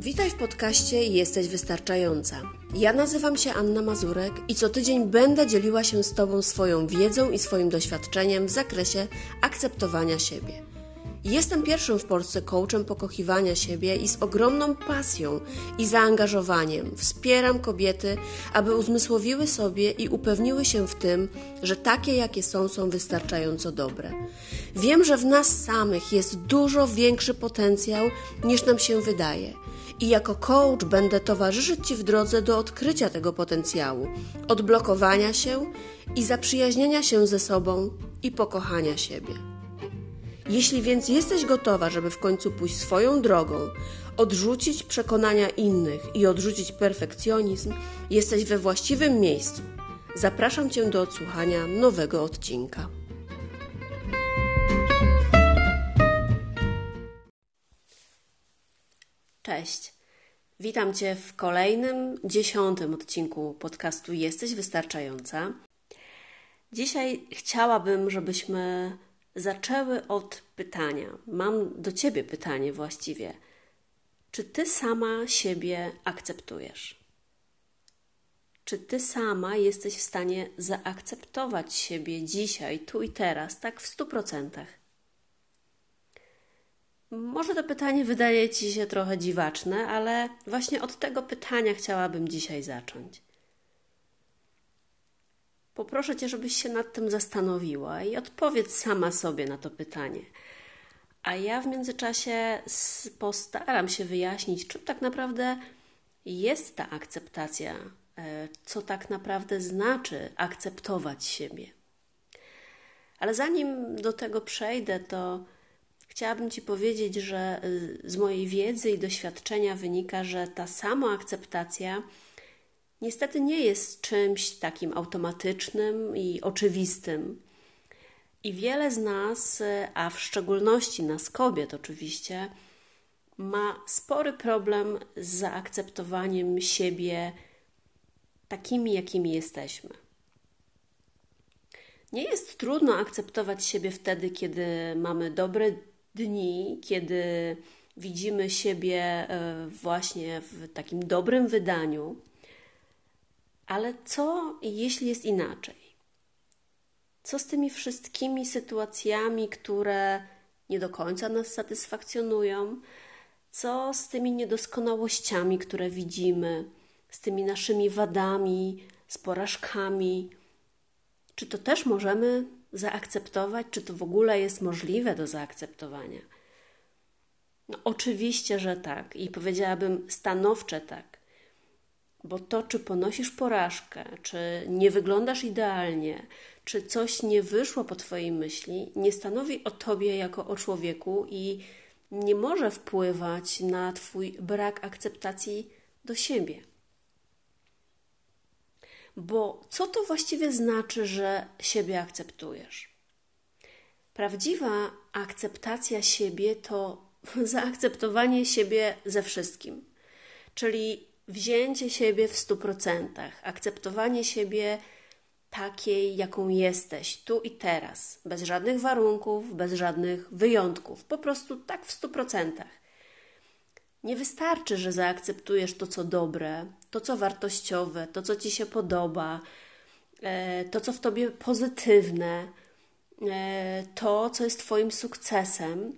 Witaj w podcaście Jesteś Wystarczająca. Ja nazywam się Anna Mazurek i co tydzień będę dzieliła się z Tobą swoją wiedzą i swoim doświadczeniem w zakresie akceptowania siebie. Jestem pierwszym w Polsce coachem pokochiwania siebie i z ogromną pasją i zaangażowaniem wspieram kobiety, aby uzmysłowiły sobie i upewniły się w tym, że takie jakie są wystarczająco dobre. Wiem, że w nas samych jest dużo większy potencjał niż nam się wydaje. I jako coach będę towarzyszyć Ci w drodze do odkrycia tego potencjału, odblokowania się i zaprzyjaźnienia się ze sobą i pokochania siebie. Jeśli więc jesteś gotowa, żeby w końcu pójść swoją drogą, odrzucić przekonania innych i odrzucić perfekcjonizm, jesteś we właściwym miejscu. Zapraszam Cię do odsłuchania nowego odcinka. Cześć. Witam Cię w kolejnym, 10. odcinku podcastu Jesteś Wystarczająca. Dzisiaj chciałabym, żebyśmy zaczęły od pytania. Mam do Ciebie pytanie właściwie. Czy Ty sama siebie akceptujesz? Czy Ty sama jesteś w stanie zaakceptować siebie dzisiaj, tu i teraz, tak w 100%? Może to pytanie wydaje Ci się trochę dziwaczne, ale właśnie od tego pytania chciałabym dzisiaj zacząć. Poproszę Cię, żebyś się nad tym zastanowiła i odpowiedz sama sobie na to pytanie. A ja w międzyczasie postaram się wyjaśnić, czym tak naprawdę jest ta akceptacja, co tak naprawdę znaczy akceptować siebie. Ale zanim do tego przejdę, to chciałabym Ci powiedzieć, że z mojej wiedzy i doświadczenia wynika, że ta samoakceptacja niestety nie jest czymś takim automatycznym i oczywistym. I wiele z nas, a w szczególności nas kobiet oczywiście, ma spory problem z zaakceptowaniem siebie takimi, jakimi jesteśmy. Nie jest trudno akceptować siebie wtedy, kiedy mamy dobre dni, kiedy widzimy siebie właśnie w takim dobrym wydaniu. Ale co jeśli jest inaczej? Co z tymi wszystkimi sytuacjami, które nie do końca nas satysfakcjonują? Co z tymi niedoskonałościami, które widzimy? Z tymi naszymi wadami, z porażkami? Czy to też możemy zaakceptować? Czy to w ogóle jest możliwe do zaakceptowania? No, oczywiście, że tak. I powiedziałabym stanowcze tak. Bo to, czy ponosisz porażkę, czy nie wyglądasz idealnie, czy coś nie wyszło po Twojej myśli, nie stanowi o Tobie jako o człowieku i nie może wpływać na Twój brak akceptacji do siebie. Bo co to właściwie znaczy, że siebie akceptujesz? Prawdziwa akceptacja siebie to zaakceptowanie siebie ze wszystkim, czyli wzięcie siebie w 100%, akceptowanie siebie takiej, jaką jesteś, tu i teraz, bez żadnych warunków, bez żadnych wyjątków, po prostu tak w 100%. Nie wystarczy, że zaakceptujesz to, co dobre, to, co wartościowe, to, co Ci się podoba, to, co w Tobie pozytywne, to, co jest Twoim sukcesem,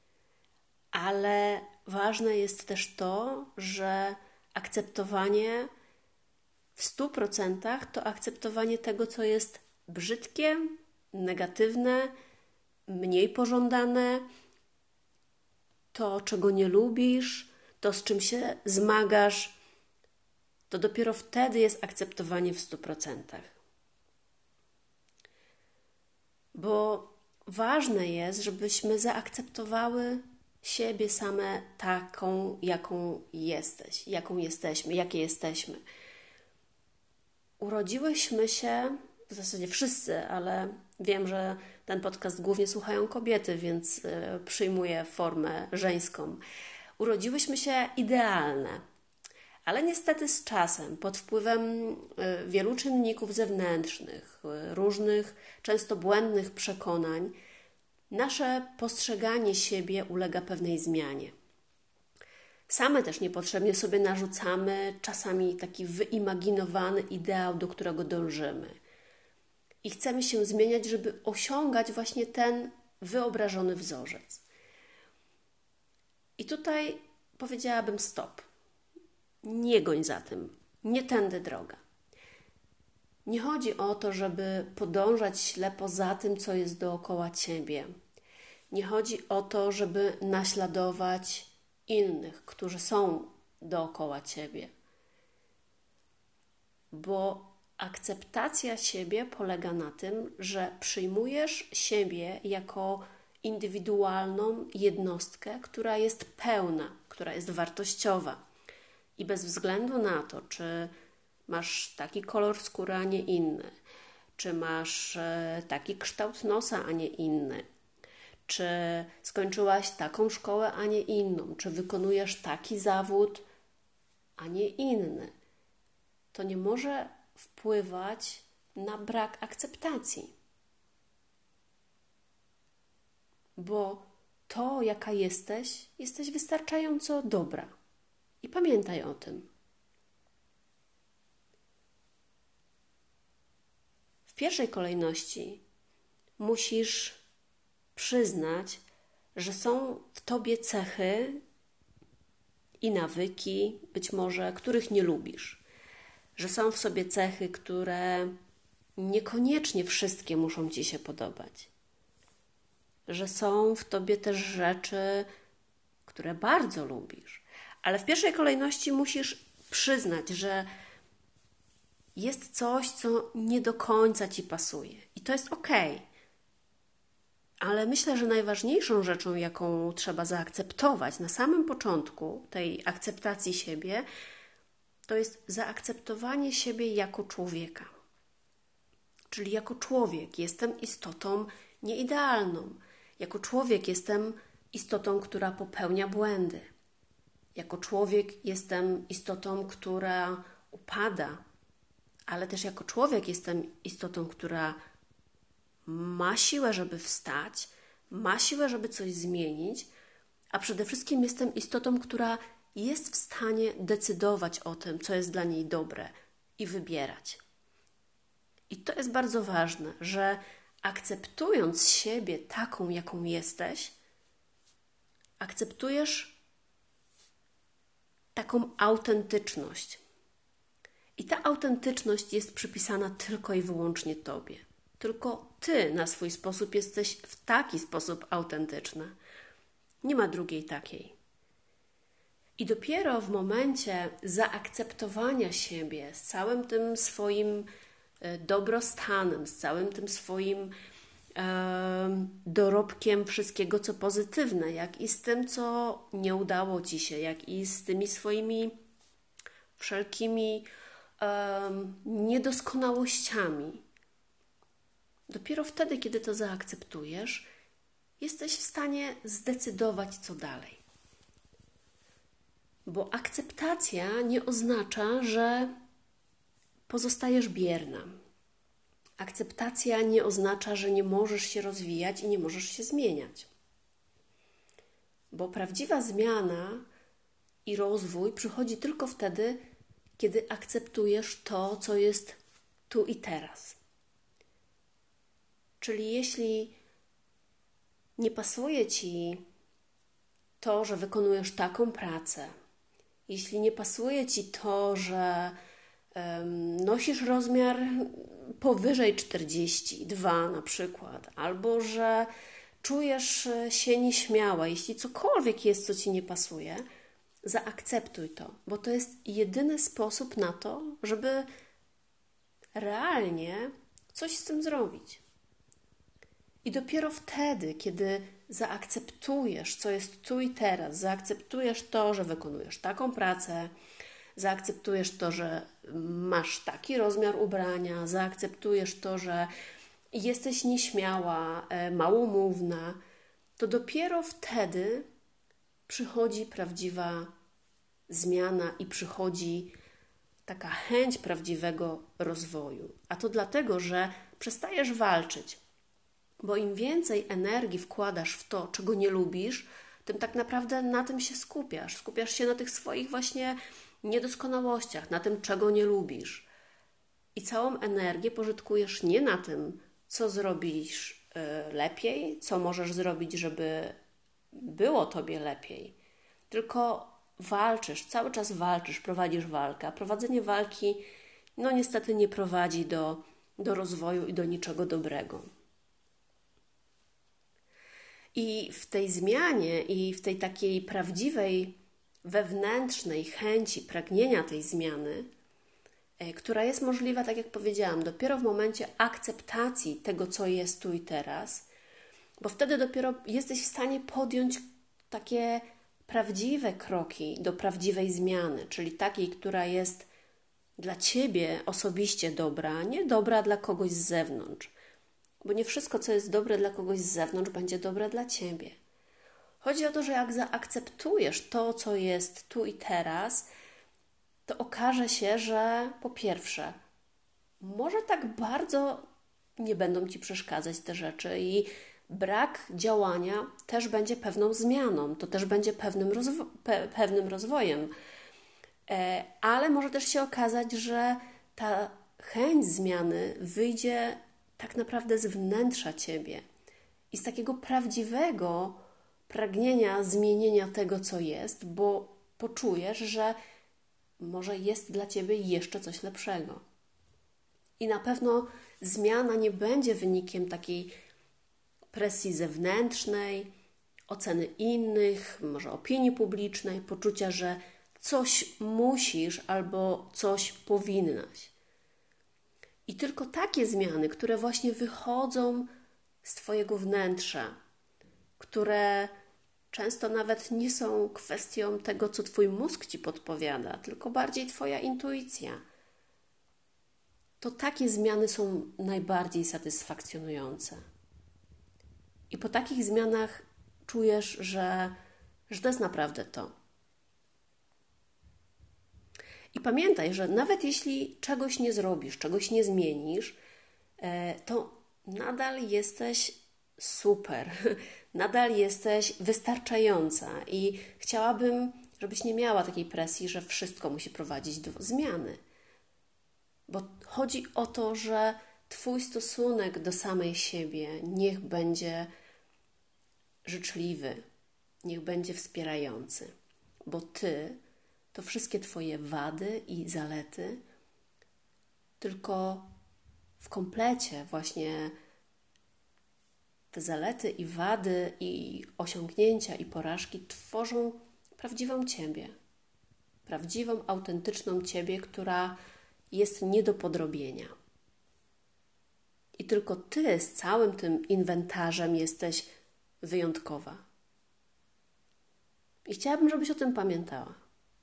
ale ważne jest też to, że akceptowanie w 100% to akceptowanie tego, co jest brzydkie, negatywne, mniej pożądane, to, czego nie lubisz, to, z czym się zmagasz, to dopiero wtedy jest akceptowanie w 100%. Bo ważne jest, żebyśmy zaakceptowały siebie same taką, jaką jesteś, jaką jesteśmy, jakie jesteśmy. Urodziłyśmy się, w zasadzie wszyscy, ale wiem, że ten podcast głównie słuchają kobiety, więc przyjmuję formę żeńską. Urodziłyśmy się idealne, ale niestety z czasem, pod wpływem wielu czynników zewnętrznych, różnych, często błędnych przekonań, nasze postrzeganie siebie ulega pewnej zmianie. Same też niepotrzebnie sobie narzucamy czasami taki wyimaginowany ideał, do którego dążymy. I chcemy się zmieniać, żeby osiągać właśnie ten wyobrażony wzorzec. I tutaj powiedziałabym stop. Nie goń za tym. Nie tędy droga. Nie chodzi o to, żeby podążać ślepo za tym, co jest dookoła Ciebie. Nie chodzi o to, żeby naśladować innych, którzy są dookoła Ciebie. Bo akceptacja siebie polega na tym, że przyjmujesz siebie jako indywidualną jednostkę, która jest pełna, która jest wartościowa. I bez względu na to, czy masz taki kolor skóry, a nie inny, czy masz taki kształt nosa, a nie inny, czy skończyłaś taką szkołę, a nie inną, czy wykonujesz taki zawód, a nie inny, to nie może wpływać na brak akceptacji. Bo to, jaka jesteś wystarczająco dobra. I pamiętaj o tym. W pierwszej kolejności musisz przyznać, że są w Tobie cechy i nawyki, być może, których nie lubisz. Że są w sobie cechy, które niekoniecznie wszystkie muszą Ci się podobać. Że są w Tobie też rzeczy, które bardzo lubisz. Ale w pierwszej kolejności musisz przyznać, że jest coś, co nie do końca Ci pasuje. I to jest okej. Ale myślę, że najważniejszą rzeczą, jaką trzeba zaakceptować na samym początku tej akceptacji siebie, to jest zaakceptowanie siebie jako człowieka. Czyli jako człowiek jestem istotą nieidealną. Jako człowiek jestem istotą, która popełnia błędy. Jako człowiek jestem istotą, która upada. Ale też jako człowiek jestem istotą, która ma siłę, żeby wstać, ma siłę, żeby coś zmienić, a przede wszystkim jestem istotą, która jest w stanie decydować o tym, co jest dla niej dobre i wybierać. I to jest bardzo ważne, że akceptując siebie taką, jaką jesteś, akceptujesz taką autentyczność. I ta autentyczność jest przypisana tylko i wyłącznie Tobie. Tylko Ty na swój sposób jesteś w taki sposób autentyczna. Nie ma drugiej takiej. I dopiero w momencie zaakceptowania siebie z całym tym swoim dobrostanem, z całym tym swoim dorobkiem wszystkiego, co pozytywne, jak i z tym, co nie udało Ci się, jak i z tymi swoimi wszelkimi niedoskonałościami. Dopiero wtedy, kiedy to zaakceptujesz, jesteś w stanie zdecydować, co dalej. Bo akceptacja nie oznacza, że pozostajesz bierna. Akceptacja nie oznacza, że nie możesz się rozwijać i nie możesz się zmieniać. Bo prawdziwa zmiana i rozwój przychodzi tylko wtedy, kiedy akceptujesz to, co jest tu i teraz. Czyli jeśli nie pasuje Ci to, że wykonujesz taką pracę, jeśli nie pasuje Ci to, że nosisz rozmiar powyżej 42 na przykład, albo że czujesz się nieśmiała, jeśli cokolwiek jest, co Ci nie pasuje, zaakceptuj to, bo to jest jedyny sposób na to, żeby realnie coś z tym zrobić. I dopiero wtedy, kiedy zaakceptujesz, co jest tu i teraz, zaakceptujesz to, że wykonujesz taką pracę, zaakceptujesz to, że masz taki rozmiar ubrania, zaakceptujesz to, że jesteś nieśmiała, małomówna, to dopiero wtedy przychodzi prawdziwa zmiana i przychodzi taka chęć prawdziwego rozwoju. A to dlatego, że przestajesz walczyć, bo im więcej energii wkładasz w to, czego nie lubisz, tym tak naprawdę na tym się skupiasz. Skupiasz się na tych swoich właśnie niedoskonałościach, na tym, czego nie lubisz. I całą energię pożytkujesz nie na tym, co zrobisz lepiej, co możesz zrobić, żeby było tobie lepiej, tylko walczysz, cały czas walczysz, prowadzisz walkę, a prowadzenie walki no niestety nie prowadzi do rozwoju i do niczego dobrego. I w tej zmianie i w tej takiej prawdziwej, wewnętrznej chęci, pragnienia tej zmiany, która jest możliwa, tak jak powiedziałam, dopiero w momencie akceptacji tego, co jest tu i teraz, bo wtedy dopiero jesteś w stanie podjąć takie prawdziwe kroki do prawdziwej zmiany, czyli takiej, która jest dla Ciebie osobiście dobra, nie dobra dla kogoś z zewnątrz. Bo nie wszystko, co jest dobre dla kogoś z zewnątrz, będzie dobre dla Ciebie. Chodzi o to, że jak zaakceptujesz to, co jest tu i teraz, to okaże się, że po pierwsze, może tak bardzo nie będą Ci przeszkadzać te rzeczy i brak działania też będzie pewną zmianą, to też będzie pewnym rozwojem. Ale może też się okazać, że ta chęć zmiany wyjdzie tak naprawdę z wnętrza Ciebie i z takiego prawdziwego pragnienia zmienienia tego, co jest, bo poczujesz, że może jest dla Ciebie jeszcze coś lepszego. I na pewno zmiana nie będzie wynikiem takiej presji zewnętrznej, oceny innych, może opinii publicznej, poczucia, że coś musisz albo coś powinnaś. I tylko takie zmiany, które właśnie wychodzą z Twojego wnętrza, które często nawet nie są kwestią tego, co Twój mózg Ci podpowiada, tylko bardziej Twoja intuicja. To takie zmiany są najbardziej satysfakcjonujące. I po takich zmianach czujesz, że to jest naprawdę to. I pamiętaj, że nawet jeśli czegoś nie zrobisz, czegoś nie zmienisz, to nadal jesteś super, nadal jesteś wystarczająca i chciałabym, żebyś nie miała takiej presji, że wszystko musi prowadzić do zmiany. Bo chodzi o to, że Twój stosunek do samej siebie niech będzie życzliwy, niech będzie wspierający, bo Ty to wszystkie Twoje wady i zalety, tylko w komplecie właśnie te zalety i wady i osiągnięcia i porażki tworzą prawdziwą Ciebie. Prawdziwą, autentyczną Ciebie, która jest nie do podrobienia. I tylko Ty z całym tym inwentarzem jesteś wyjątkowa. I chciałabym, żebyś o tym pamiętała.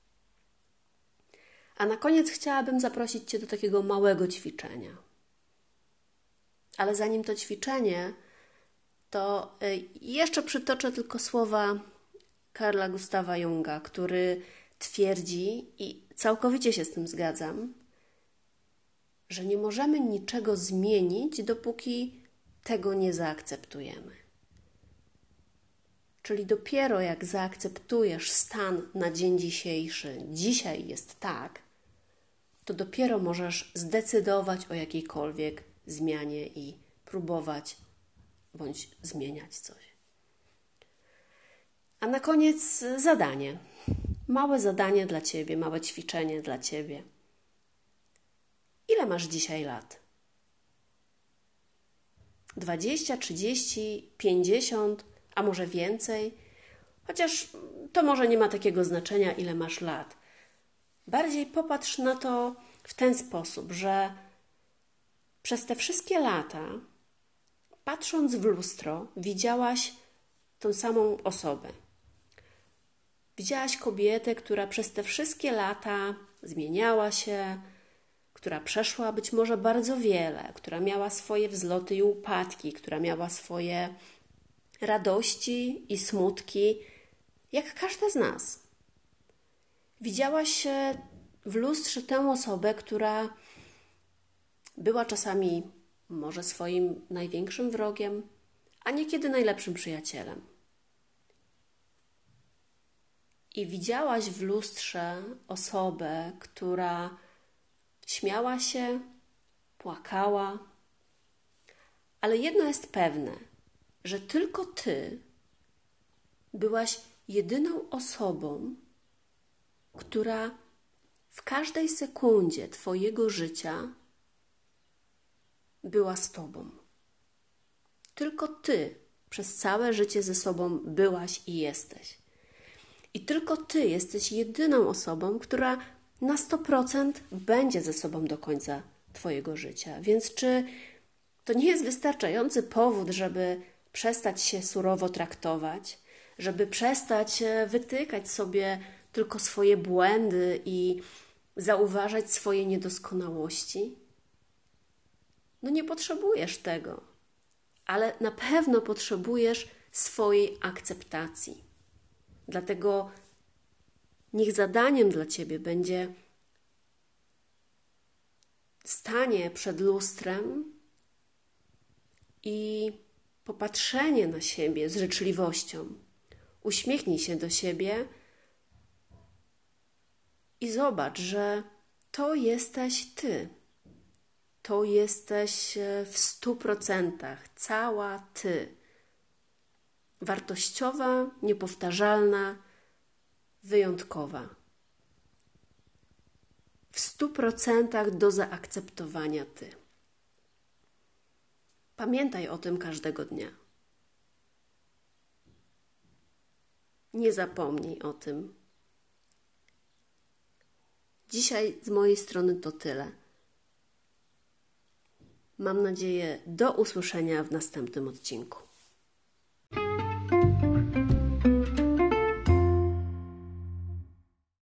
A na koniec chciałabym zaprosić Cię do takiego małego ćwiczenia. Ale zanim to ćwiczenie, to jeszcze przytoczę tylko słowa Carla Gustawa Junga, który twierdzi, i całkowicie się z tym zgadzam, że nie możemy niczego zmienić, dopóki tego nie zaakceptujemy. Czyli dopiero jak zaakceptujesz stan na dzień dzisiejszy, dzisiaj jest tak, to dopiero możesz zdecydować o jakiejkolwiek zmianie i próbować bądź zmieniać coś. A na koniec zadanie. Małe zadanie dla Ciebie, małe ćwiczenie dla Ciebie. Ile masz dzisiaj lat? 20, 30, 50, a może więcej? Chociaż to może nie ma takiego znaczenia, ile masz lat. Bardziej popatrz na to w ten sposób, że przez te wszystkie lata, patrząc w lustro, widziałaś tą samą osobę. Widziałaś kobietę, która przez te wszystkie lata zmieniała się, która przeszła być może bardzo wiele, która miała swoje wzloty i upadki, która miała swoje radości i smutki, jak każda z nas. Widziałaś w lustrze tę osobę, która była czasami może swoim największym wrogiem, a niekiedy najlepszym przyjacielem. i widziałaś w lustrze osobę, która śmiała się, płakała, ale jedno jest pewne, że tylko Ty byłaś jedyną osobą, która w każdej sekundzie Twojego życia była z Tobą. Tylko Ty przez całe życie ze sobą byłaś i jesteś. I tylko Ty jesteś jedyną osobą, która na 100% będzie ze sobą do końca Twojego życia. Więc czy to nie jest wystarczający powód, żeby przestać się surowo traktować, żeby przestać wytykać sobie tylko swoje błędy i zauważać swoje niedoskonałości? No nie potrzebujesz tego, ale na pewno potrzebujesz swojej akceptacji. Dlatego niech zadaniem dla Ciebie będzie stanie przed lustrem i popatrzenie na siebie z życzliwością. Uśmiechnij się do siebie i zobacz, że to jesteś Ty. To jesteś w 100%, cała Ty. Wartościowa, niepowtarzalna, wyjątkowa. W 100% do zaakceptowania Ty. Pamiętaj o tym każdego dnia. Nie zapomnij o tym. Dzisiaj z mojej strony to tyle. Mam nadzieję, do usłyszenia w następnym odcinku.